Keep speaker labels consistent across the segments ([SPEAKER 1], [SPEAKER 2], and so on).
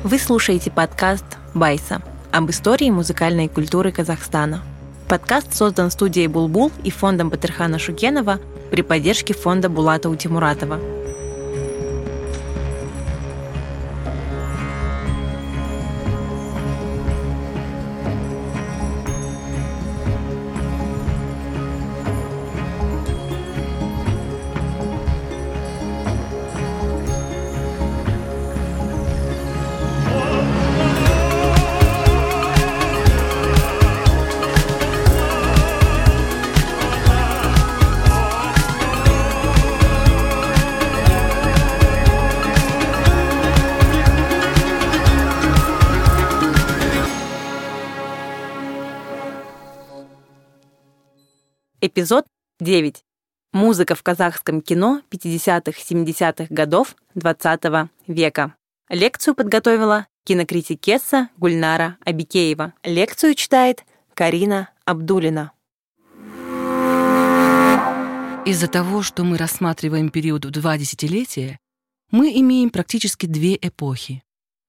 [SPEAKER 1] Вы слушаете подкаст «Байса» об истории музыкальной культуры Казахстана. Подкаст создан студией «Булбул» и фондом Батырхана Шукенова при поддержке фонда Булата Утемуратова. Эпизод 9. Музыка в казахском кино 50-70-х годов XX века. Лекцию подготовила кинокритикесса Гульнара Абикеева. Лекцию читает Карина Абдулина.
[SPEAKER 2] Из-за того, что мы рассматриваем период в 2 десятилетия, мы имеем практически 2 эпохи.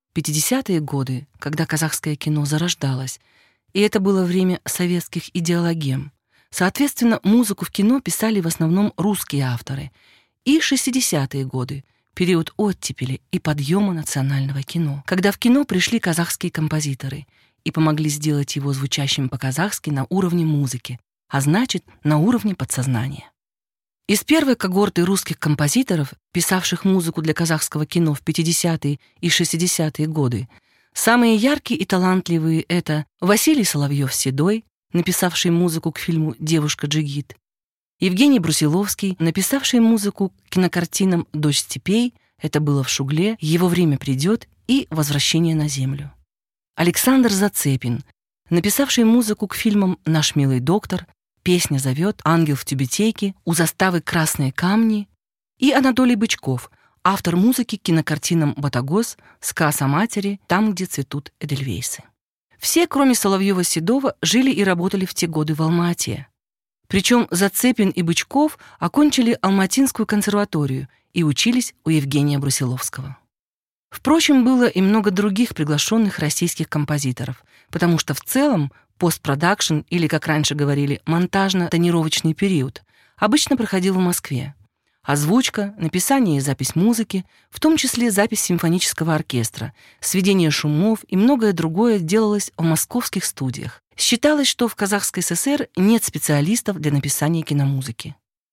[SPEAKER 2] 50-е годы, когда казахское кино зарождалось, и это было время советских идеологем. Соответственно, музыку в кино писали в основном русские авторы. И 60-е годы, период оттепели и подъема национального кино, когда в кино пришли казахские композиторы и помогли сделать его звучащим по-казахски на уровне музыки, а значит, на уровне подсознания. Из первой когорты русских композиторов, писавших музыку для казахского кино в 50-е и 60-е годы, самые яркие и талантливые — это Василий Соловьев-Седой, написавший музыку к фильму «Девушка Джигит», Евгений Брусиловский, написавший музыку к кинокартинам «Дождь степей», это было в Шугле, «Его время придет» и «Возвращение на землю». Александр Зацепин, написавший музыку к фильмам «Наш милый доктор», «Песня зовет», «Ангел в тюбетейке», «У заставы красные камни» и Анатолий Бычков, автор музыки к кинокартинам «Батагос», «Сказ о матери», «Там, где цветут эдельвейсы». Все, кроме Соловьева-Седова, жили и работали в те годы в Алма-Ате. Причем Зацепин и Бычков окончили Алматинскую консерваторию и учились у Евгения Брусиловского. Впрочем, было и много других приглашенных российских композиторов, потому что в целом постпродакшн, или, как раньше говорили, монтажно-тонировочный период, обычно проходил в Москве. Озвучка, написание и запись музыки, в том числе запись симфонического оркестра, сведение шумов и многое другое делалось в московских студиях. Считалось, что в Казахской ССР нет специалистов для написания киномузыки.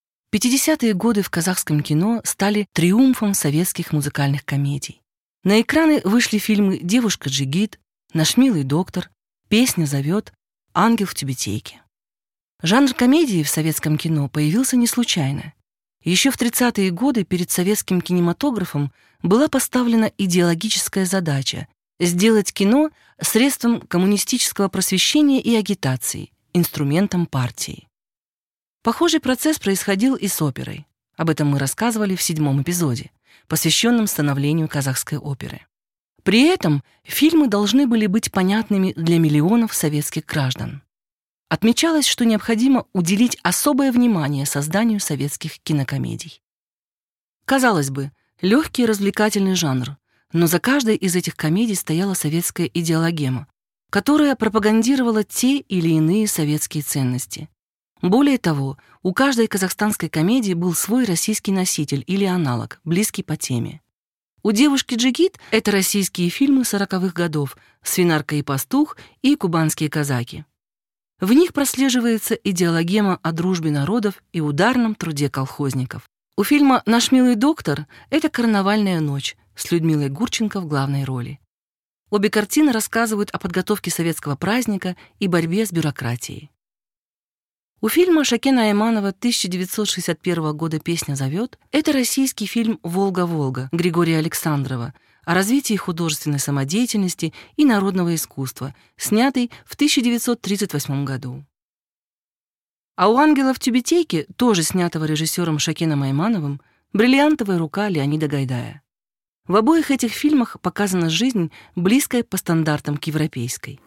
[SPEAKER 2] 50-е годы в казахском кино стали триумфом советских музыкальных комедий. На экраны вышли фильмы «Девушка Джигит», «Наш милый доктор», «Песня зовет», «Ангел в тюбетейке». Жанр комедии в советском кино появился не случайно. Еще в 30-е годы перед советским кинематографом была поставлена идеологическая задача сделать кино средством коммунистического просвещения и агитации, инструментом партии. Похожий процесс происходил и с оперой. Об этом мы рассказывали в 7-м эпизоде, посвященном становлению казахской оперы. При этом фильмы должны были быть понятными для миллионов советских граждан. Отмечалось, что необходимо уделить особое внимание созданию советских кинокомедий. Казалось бы, легкий развлекательный жанр, но за каждой из этих комедий стояла советская идеологема, которая пропагандировала те или иные советские ценности. Более того, у каждой казахстанской комедии был свой российский носитель или аналог, близкий по теме. У «Девушки Джигит» — это российские фильмы 40-х годов «Свинарка и пастух» и «Кубанские казаки». В них прослеживается идеологема о дружбе народов и ударном труде колхозников. У фильма «Наш милый доктор» — это «Карнавальная ночь» с Людмилой Гурченко в главной роли. Обе картины рассказывают о подготовке советского праздника и борьбе с бюрократией. У фильма Шакена Айманова 1961 года «Песня зовет» — это российский фильм «Волга-Волга» Григория Александрова о развитии художественной самодеятельности и народного искусства, снятый в 1938 году. А у «Ангела в тюбетейке», тоже снятого режиссером Шакеном Аймановым, «Бриллиантовая рука» Леонида Гайдая. В обоих этих фильмах показана жизнь, близкая по стандартам к европейской.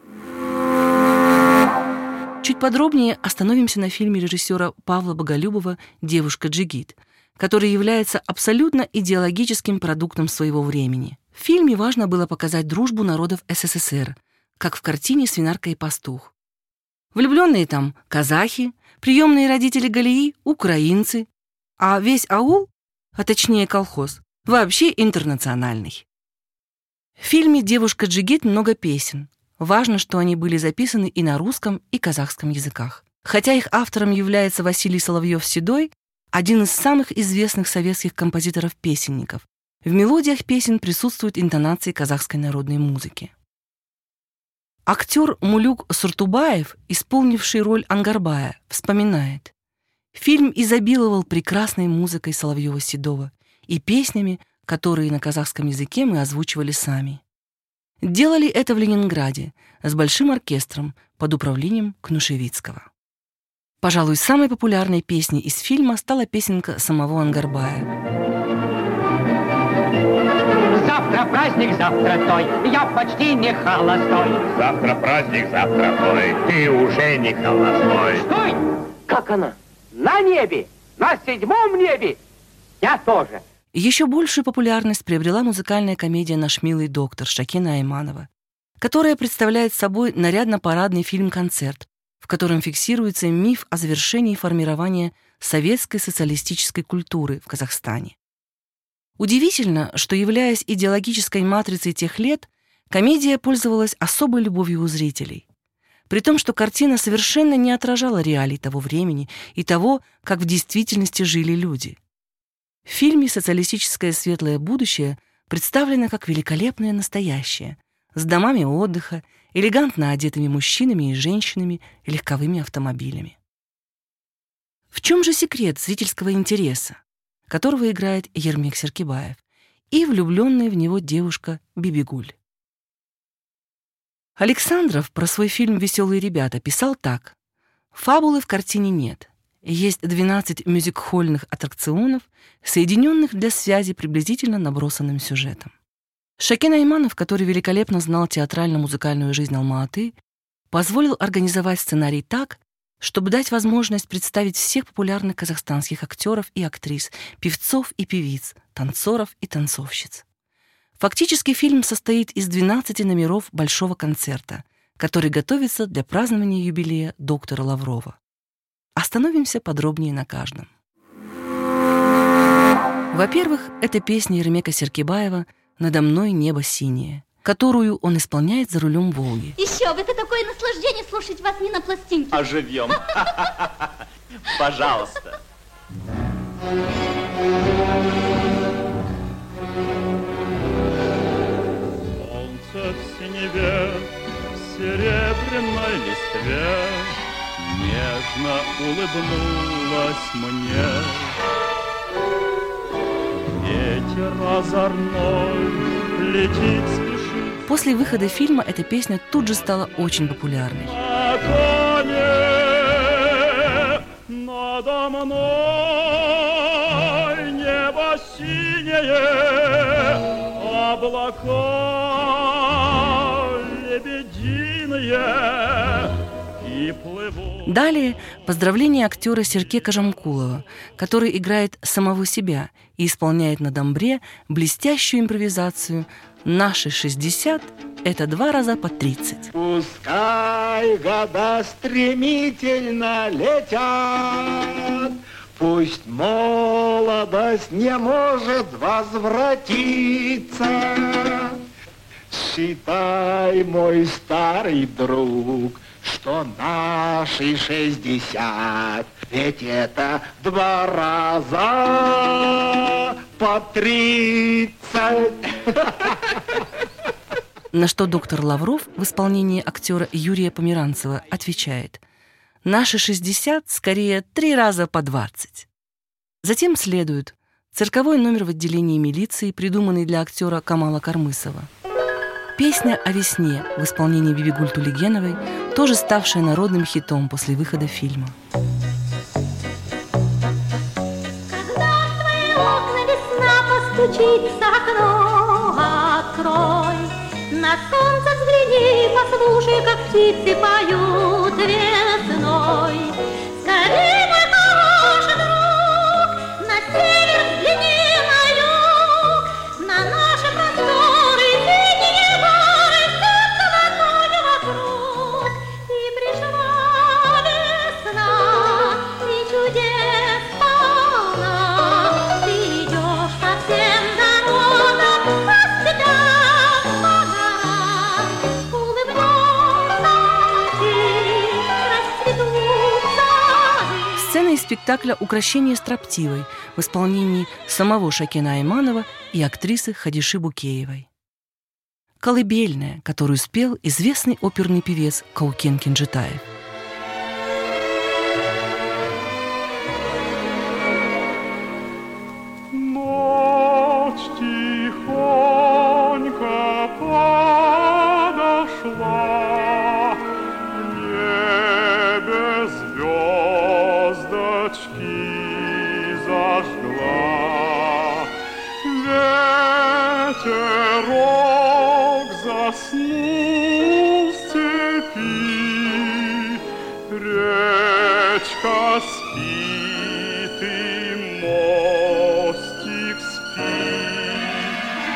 [SPEAKER 2] Чуть подробнее остановимся на фильме режиссера Павла Боголюбова «Девушка Джигит», который является абсолютно идеологическим продуктом своего времени. В фильме важно было показать дружбу народов СССР, как в картине «Свинарка и пастух». Влюбленные там казахи, приемные родители Галии — украинцы, а весь аул, а точнее колхоз, вообще интернациональный. В фильме «Девушка Джигит» много песен. Важно, что они были записаны и на русском, и казахском языках. Хотя их автором является Василий Соловьев-Седой, один из самых известных советских композиторов-песенников. В мелодиях песен присутствуют интонации казахской народной музыки. Актер Мулюк Суртубаев, исполнивший роль Ангарбая, вспоминает: фильм изобиловал прекрасной музыкой Соловьева-Седова и песнями, которые на казахском языке мы озвучивали сами. Делали это в Ленинграде с большим оркестром под управлением Кнушевицкого. Пожалуй, самой популярной песней из фильма стала песенка самого Ангарбая.
[SPEAKER 3] Завтра праздник, завтра той, я почти не холостой.
[SPEAKER 4] Завтра праздник, завтра той, ты уже не холостой.
[SPEAKER 3] Стой! Как она? На небе! На 7-м небе! Я тоже.
[SPEAKER 2] Еще большую популярность приобрела музыкальная комедия «Наш милый доктор» Шакена Айманова, которая представляет собой нарядно-парадный фильм-концерт, в котором фиксируется миф о завершении формирования советской социалистической культуры в Казахстане. Удивительно, что, являясь идеологической матрицей тех лет, комедия пользовалась особой любовью у зрителей. При том, что картина совершенно не отражала реалий того времени и того, как в действительности жили люди. В фильме социалистическое светлое будущее представлено как великолепное настоящее, с домами отдыха, элегантно одетыми мужчинами и женщинами и легковыми автомобилями. В чем же секрет зрительского интереса, которого играет Ермек Серкибаев, и влюбленная в него девушка Бибигуль? Александров про свой фильм «Веселые ребята» писал так: «Фабулы в картине нет. Есть 12 мюзик-холльных аттракционов, соединенных для связи приблизительно набросанным сюжетом». Шакен Айманов, который великолепно знал театрально-музыкальную жизнь Алма-Аты, позволил организовать сценарий так, чтобы дать возможность представить всех популярных казахстанских актеров и актрис, певцов и певиц, танцоров и танцовщиц. Фактически фильм состоит из 12 номеров большого концерта, который готовится для празднования юбилея доктора Лаврова. Остановимся подробнее на каждом. Во-первых, это песня Ермека Серкибаева «Надо мной небо синее», которую он исполняет за рулем Волги.
[SPEAKER 5] Еще бы, это такое наслаждение слушать вас не на пластинке.
[SPEAKER 6] Оживем. Пожалуйста.
[SPEAKER 7] Солнце в синеве, в серебряной листве нежно улыбнулась мне. Ветер озорной летит, спешит.
[SPEAKER 2] После выхода фильма эта песня тут же стала очень популярной.
[SPEAKER 7] На коне надо мной небо синее, облака лебединые и плывут.
[SPEAKER 2] Далее поздравление актера Серке Жамкулова, который играет самого себя и исполняет на домбре блестящую импровизацию «Наши 60 – это 2 раза по 30».
[SPEAKER 3] Пускай года стремительно летят, пусть молодость не может возвратиться. Считай, мой старый друг, что наши 60, ведь это 2 раза по 30.
[SPEAKER 2] На что доктор Лавров в исполнении актера Юрия Померанцева отвечает: «Наши 60 скорее 3 раза по 20». Затем следует цирковой номер в отделении милиции, придуманный для актера Камала Кармысова. Песня о весне в исполнении Бибигуль Тулигеновой, тоже ставшая народным хитом после выхода фильма.
[SPEAKER 5] Когда в твои окна весна постучится, окно открой. На солнце взгляни, послушай, как птицы поют весной. Скорей, мой хороший друг, на север взгляни, на юг, на наши просторы
[SPEAKER 2] спектакля «Укрощение строптивой» в исполнении самого Шакена Айманова и актрисы Хадиши Букеевой. «Колыбельная», которую спел известный оперный певец Каукен Кенжетаев.
[SPEAKER 7] Ночь тихонько подошла, в небе звездочки зажгла. Ветерок заснул в степи, речка спит и мостик спит.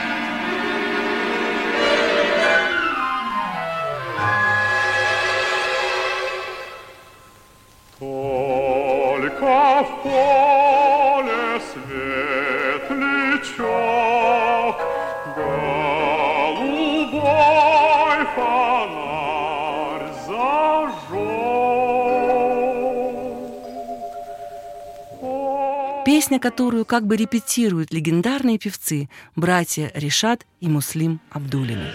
[SPEAKER 7] Только в поле светлячок, голубой фонарь зажег.
[SPEAKER 2] Песня, которую как бы репетируют легендарные певцы братья Ришат и Муслим Абдуллины.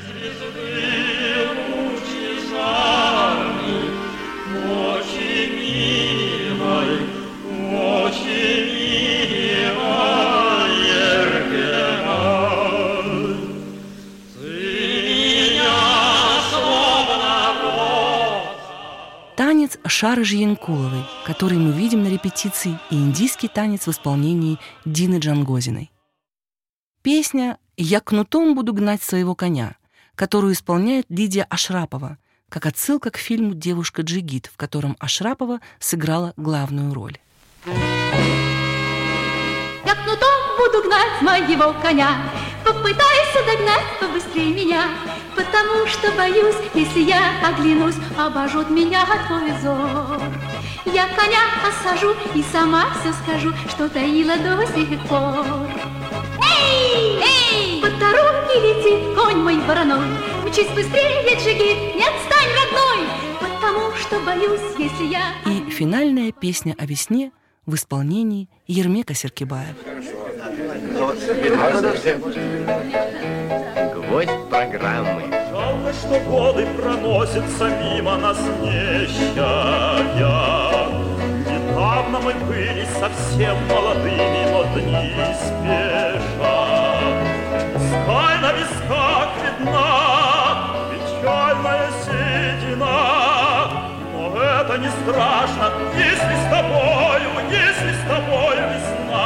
[SPEAKER 2] Танец Шары Жиенкуловой, который мы видим на репетиции, и индийский танец в исполнении Дины Джангозиной. Песня «Я кнутом буду гнать своего коня», которую исполняет Лидия Ашрапова, как отсылка к фильму «Девушка Джигит», в котором Ашрапова сыграла главную роль.
[SPEAKER 5] Я кнутом буду гнать моего коня, попытайся догнать побыстрее меня, потому что боюсь, если я оглянусь, обожжет меня твой взор. Я коня осажу и сама все скажу, что таила до сих пор. Эй, эй! По дороге летит конь мой вороной, мчись быстрее, Джигит, не отстань, родной, потому что боюсь, если я...
[SPEAKER 2] И финальная песня о весне в исполнении Ермека Серкибаева.
[SPEAKER 4] Гвоздь программы.
[SPEAKER 7] Жалко, что годы проносятся мимо нас, не щадя. Недавно мы были совсем молодыми, но дни спешат. Пускай на висках видна печальная седина, но это не страшно, если с тобою весна.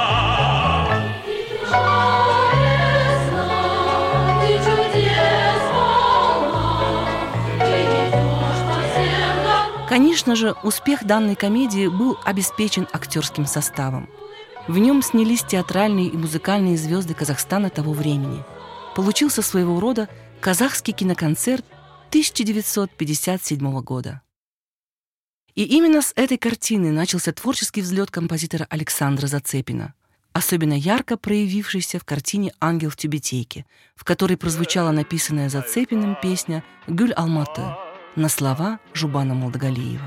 [SPEAKER 2] Конечно же, успех данной комедии был обеспечен актерским составом. В нем снялись театральные и музыкальные звезды Казахстана того времени. Получился своего рода казахский киноконцерт 1957 года. И именно с этой картины начался творческий взлет композитора Александра Зацепина, особенно ярко проявившийся в картине «Ангел в тюбетейке», в которой прозвучала написанная Зацепиным песня «Гүль Алматы» на слова Жубана Молдогалиева.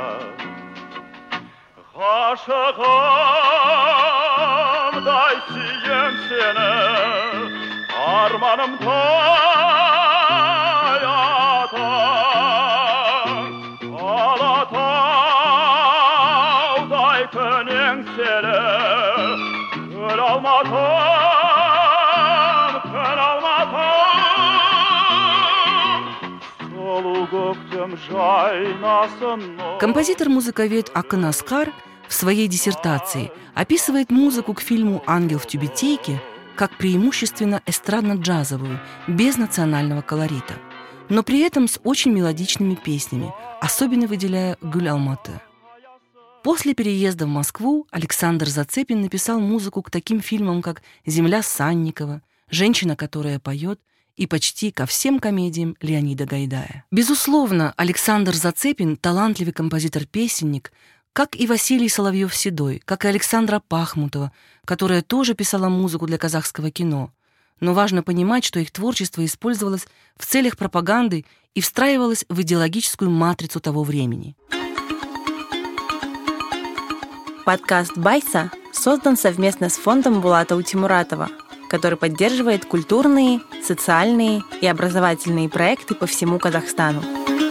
[SPEAKER 2] Композитор-музыковед Акын Аскар в своей диссертации описывает музыку к фильму «Ангел в тюбетейке» как преимущественно эстрадно-джазовую, без национального колорита, но при этом с очень мелодичными песнями, особенно выделяя «Гүль Алматы». После переезда в Москву Александр Зацепин написал музыку к таким фильмам, как «Земля Санникова», «Женщина, которая поет» и почти ко всем комедиям Леонида Гайдая. Безусловно, Александр Зацепин – талантливый композитор-песенник, как и Василий Соловьев-Седой, как и Александра Пахмутова, которая тоже писала музыку для казахского кино. Но важно понимать, что их творчество использовалось в целях пропаганды и встраивалось в идеологическую матрицу того времени.
[SPEAKER 1] Подкаст «Байса» создан совместно с фондом Булата Утимуратова, который поддерживает культурные, социальные и образовательные проекты по всему Казахстану.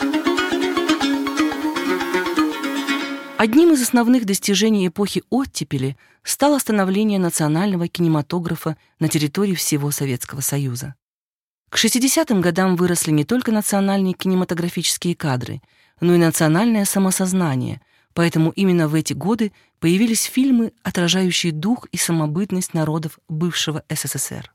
[SPEAKER 2] Одним из основных достижений эпохи оттепели стало становление национального кинематографа на территории всего Советского Союза. К 60-м годам выросли не только национальные кинематографические кадры, но и национальное самосознание, поэтому именно в эти годы появились фильмы, отражающие дух и самобытность народов бывшего СССР.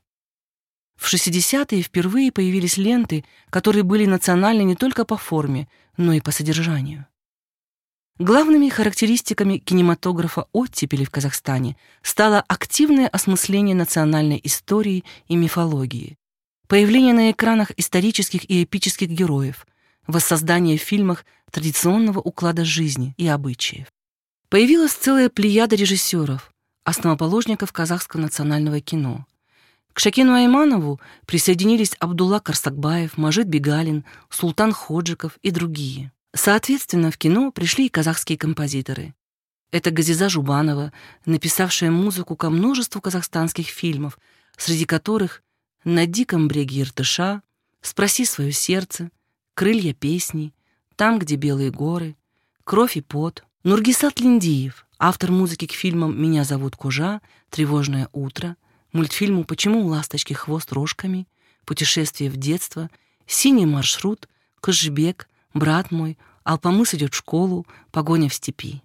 [SPEAKER 2] В 60-е впервые появились ленты, которые были национальны не только по форме, но и по содержанию. Главными характеристиками кинематографа оттепели в Казахстане стало активное осмысление национальной истории и мифологии, появление на экранах исторических и эпических героев, воссоздание в фильмах традиционного уклада жизни и обычаев. Появилась целая плеяда режиссеров, основоположников казахского национального кино. К Шакену Айманову присоединились Абдулла Карсакбаев, Мажит Бегалин, Султан Ходжиков и другие. Соответственно, в кино пришли и казахские композиторы. Это Газиза Жубанова, написавшая музыку ко множеству казахстанских фильмов, среди которых «На диком бреге Иртыша», «Спроси свое сердце», «Крылья песни», «Там, где белые горы», «Кровь и пот». Нургисат Линдиев, автор музыки к фильмам «Меня зовут Кожа», «Тревожное утро», мультфильму «Почему у ласточки хвост рожками», «Путешествие в детство», «Синий маршрут», «Кыжбек», «Брат мой», «Алпамыс идет в школу», «Погоня в степи».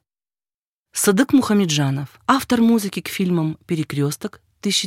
[SPEAKER 2] Садык Мухамеджанов, автор музыки к фильмам «Перекресток»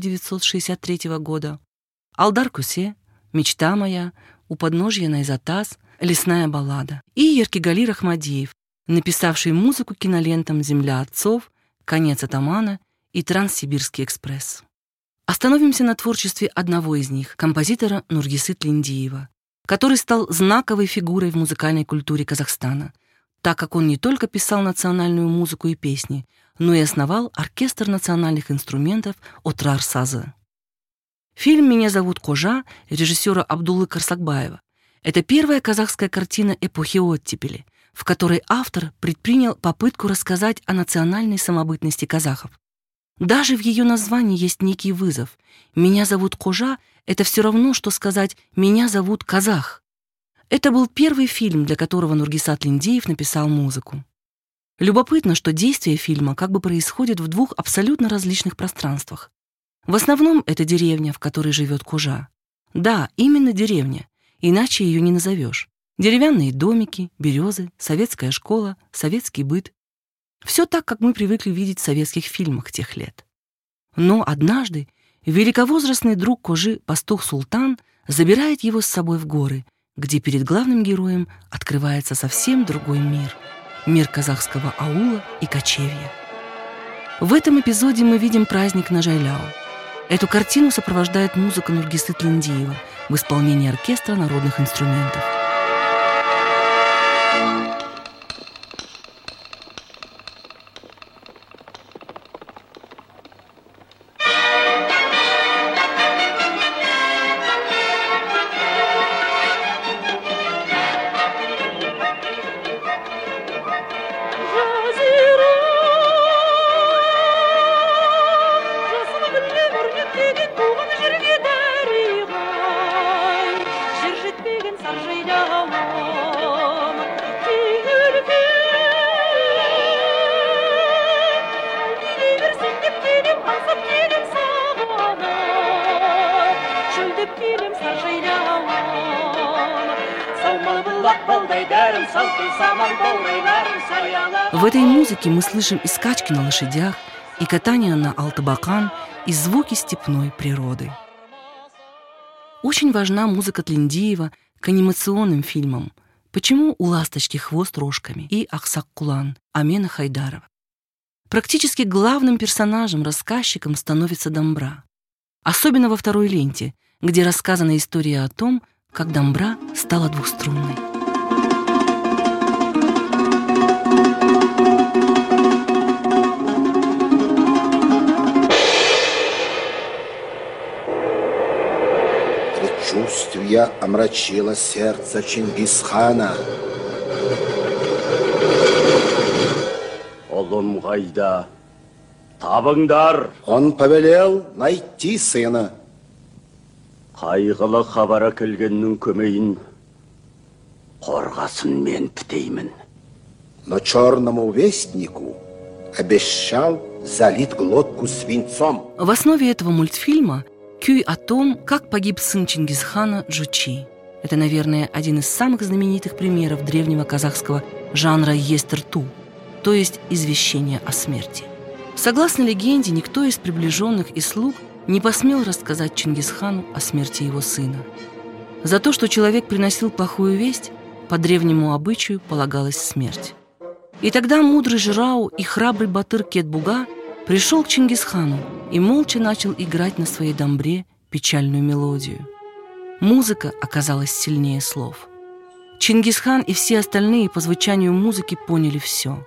[SPEAKER 2] 1963 года, Алдар Кусе, «Мечта моя», «У подножья Найзатас», «Лесная баллада». И Еркегали Рахмадиев, написавший музыку к кинолентам «Земля отцов», «Конец атамана» и «Транссибирский экспресс». Остановимся на творчестве одного из них, композитора Нургисыт Линдиева, который стал знаковой фигурой в музыкальной культуре Казахстана, так как он не только писал национальную музыку и песни, но и основал оркестр национальных инструментов «Отрар Сазы». Фильм «Меня зовут Кожа» режиссера Абдуллы Карсакбаева — это первая казахская картина эпохи оттепели, в которой автор предпринял попытку рассказать о национальной самобытности казахов. Даже в ее названии есть некий вызов. «Меня зовут Кожа» — это все равно, что сказать «Меня зовут Казах». Это был первый фильм, для которого Нургисат Линдиев написал музыку. Любопытно, что действие фильма как бы происходит в двух абсолютно различных пространствах. В основном это деревня, в которой живет Кожа. Да, именно деревня, иначе ее не назовешь. Деревянные домики, березы, советская школа, советский быт. Все так, как мы привыкли видеть в советских фильмах тех лет. Но однажды великовозрастный друг Кожи, пастух Султан, забирает его с собой в горы, где перед главным героем открывается совсем другой мир. Мир казахского аула и кочевья. В этом эпизоде мы видим праздник Нажайляу. Эту картину сопровождает музыка Нургисыт Линдиева в исполнении оркестра народных инструментов. В этой музыке мы слышим и скачки на лошадях, и катание на алтыбакан, и звуки степной природы. Очень важна музыка Линдиева к анимационным фильмам «Почему у ласточки хвост рожками» и «Ахсак Кулан» Амена Хайдарова. Практически главным персонажем-рассказчиком становится домбра. Особенно во второй ленте, где рассказана история о том, как домбра стала двухструнной.
[SPEAKER 6] Предчувствие омрачило сердце Чингисхана.
[SPEAKER 8] Улым қайда? Табыңдар!
[SPEAKER 6] Он повелел найти сына.
[SPEAKER 8] Қайғылы хабар әкелгеннің көмейін қорғасын мен бітеймін.
[SPEAKER 6] Но черному вестнику обещал залить глотку свинцом.
[SPEAKER 2] В основе этого мультфильма кюй о том, как погиб сын Чингисхана Джучи. Это, наверное, один из самых знаменитых примеров древнего казахского жанра естерту, то есть извещение о смерти. Согласно легенде, никто из приближенных и слуг не посмел рассказать Чингисхану о смерти его сына. За то, что человек приносил плохую весть, по древнему обычаю полагалась смерть. И тогда мудрый Жирау и храбрый батыр Кетбуга пришел к Чингисхану и молча начал играть на своей дамбре печальную мелодию. Музыка оказалась сильнее слов. Чингисхан и все остальные по звучанию музыки поняли все.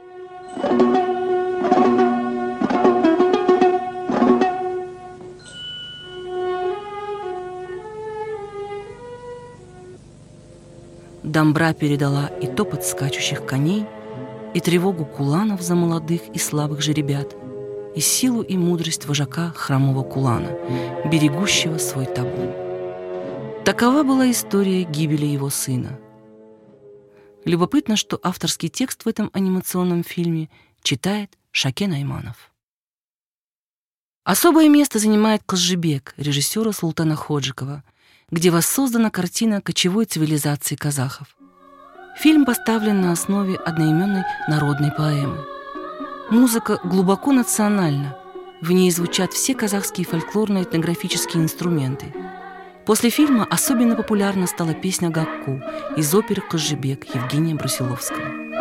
[SPEAKER 2] Дамбра передала и топот скачущих коней, и тревогу куланов за молодых и слабых жеребят, и силу и мудрость вожака хромого кулана, берегущего свой табун. Такова была история гибели его сына. Любопытно, что авторский текст в этом анимационном фильме читает Шакен Айманов. Особое место занимает Кызжыбек режиссера Султана Ходжикова, где воссоздана картина кочевой цивилизации казахов. Фильм поставлен на основе одноименной народной поэмы. Музыка глубоко национальна, в ней звучат все казахские фольклорно-этнографические инструменты. После фильма особенно популярна стала песня «Гакку» из оперы «Кызжыбек» Евгения Брусиловского.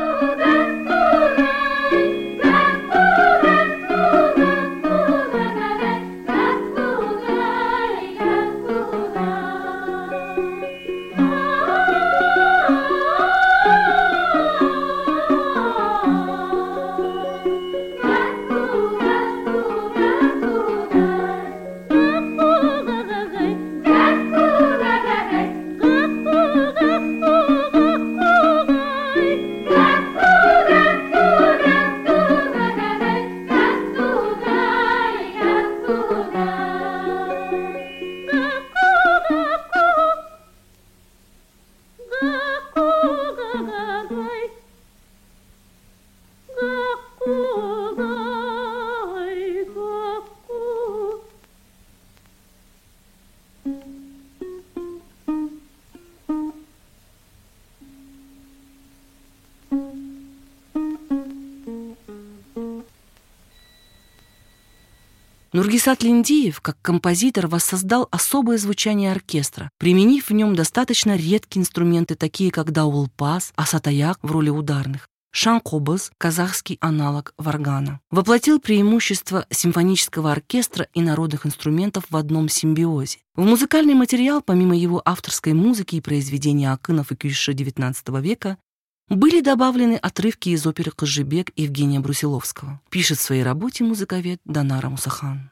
[SPEAKER 2] Нургисат Линдиев, как композитор, воссоздал особое звучание оркестра, применив в нем достаточно редкие инструменты, такие как даулпас, асатаяк в роли ударных, шанкобыз, казахский аналог варгана. Воплотил преимущества симфонического оркестра и народных инструментов в одном симбиозе. В музыкальный материал, помимо его авторской музыки и произведений акынов и кюйши XIX века, были добавлены отрывки из оперы «Кызжыбек» Евгения Брусиловского, пишет в своей работе музыковед Данара Мусахан.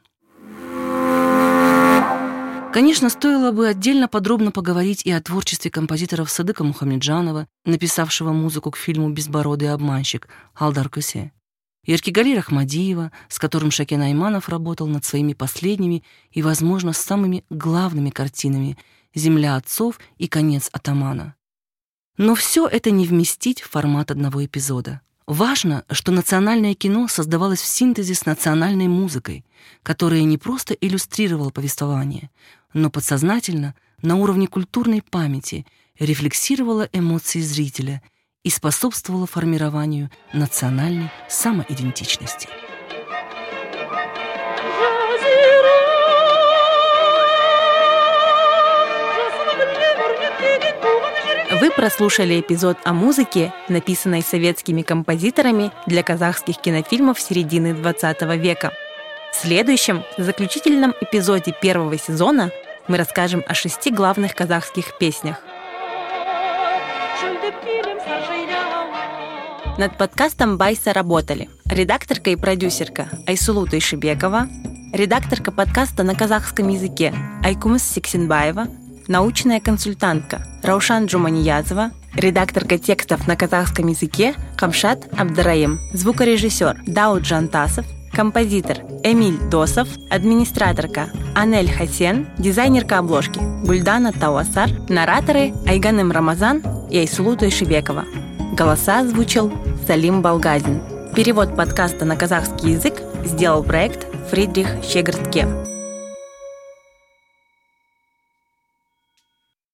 [SPEAKER 2] Конечно, стоило бы отдельно подробно поговорить и о творчестве композиторов Садыка Мухамеджанова, написавшего музыку к фильму «Безбородый обманщик» Алдар Көсе, и Эркегали Рахмадиева, с которым Шакен Айманов работал над своими последними и, возможно, самыми главными картинами «Земля отцов» и «Конец атамана». Но все это не вместить в формат одного эпизода. Важно, что национальное кино создавалось в синтезе с национальной музыкой, которая не просто иллюстрировала повествование, но подсознательно, на уровне культурной памяти, рефлексировала эмоции зрителя и способствовала формированию национальной самоидентичности.
[SPEAKER 1] Вы прослушали эпизод о музыке, написанной советскими композиторами для казахских кинофильмов середины XX века. В следующем, заключительном эпизоде первого сезона мы расскажем о 6 главных казахских песнях. Над подкастом «Байса» работали редакторка и продюсерка Айсулу Тойшибекова, редакторка подкаста на казахском языке Айкумыс Сексенбаева, научная консультантка Раушан Джуманиязова, Редакторка текстов на казахском языке Камшат Абдраим. Звукорежиссер Дауд Жантасов. Композитор Эмиль Досов. Администраторка Анель Хасен. Дизайнерка обложки Гульдана Тауасар. Нараторы Айганым Рамазан и Айсулу Тойшибекова. Голоса озвучил Салим Балгазин. Перевод подкаста на казахский язык сделал проект Фридрих Щегртке.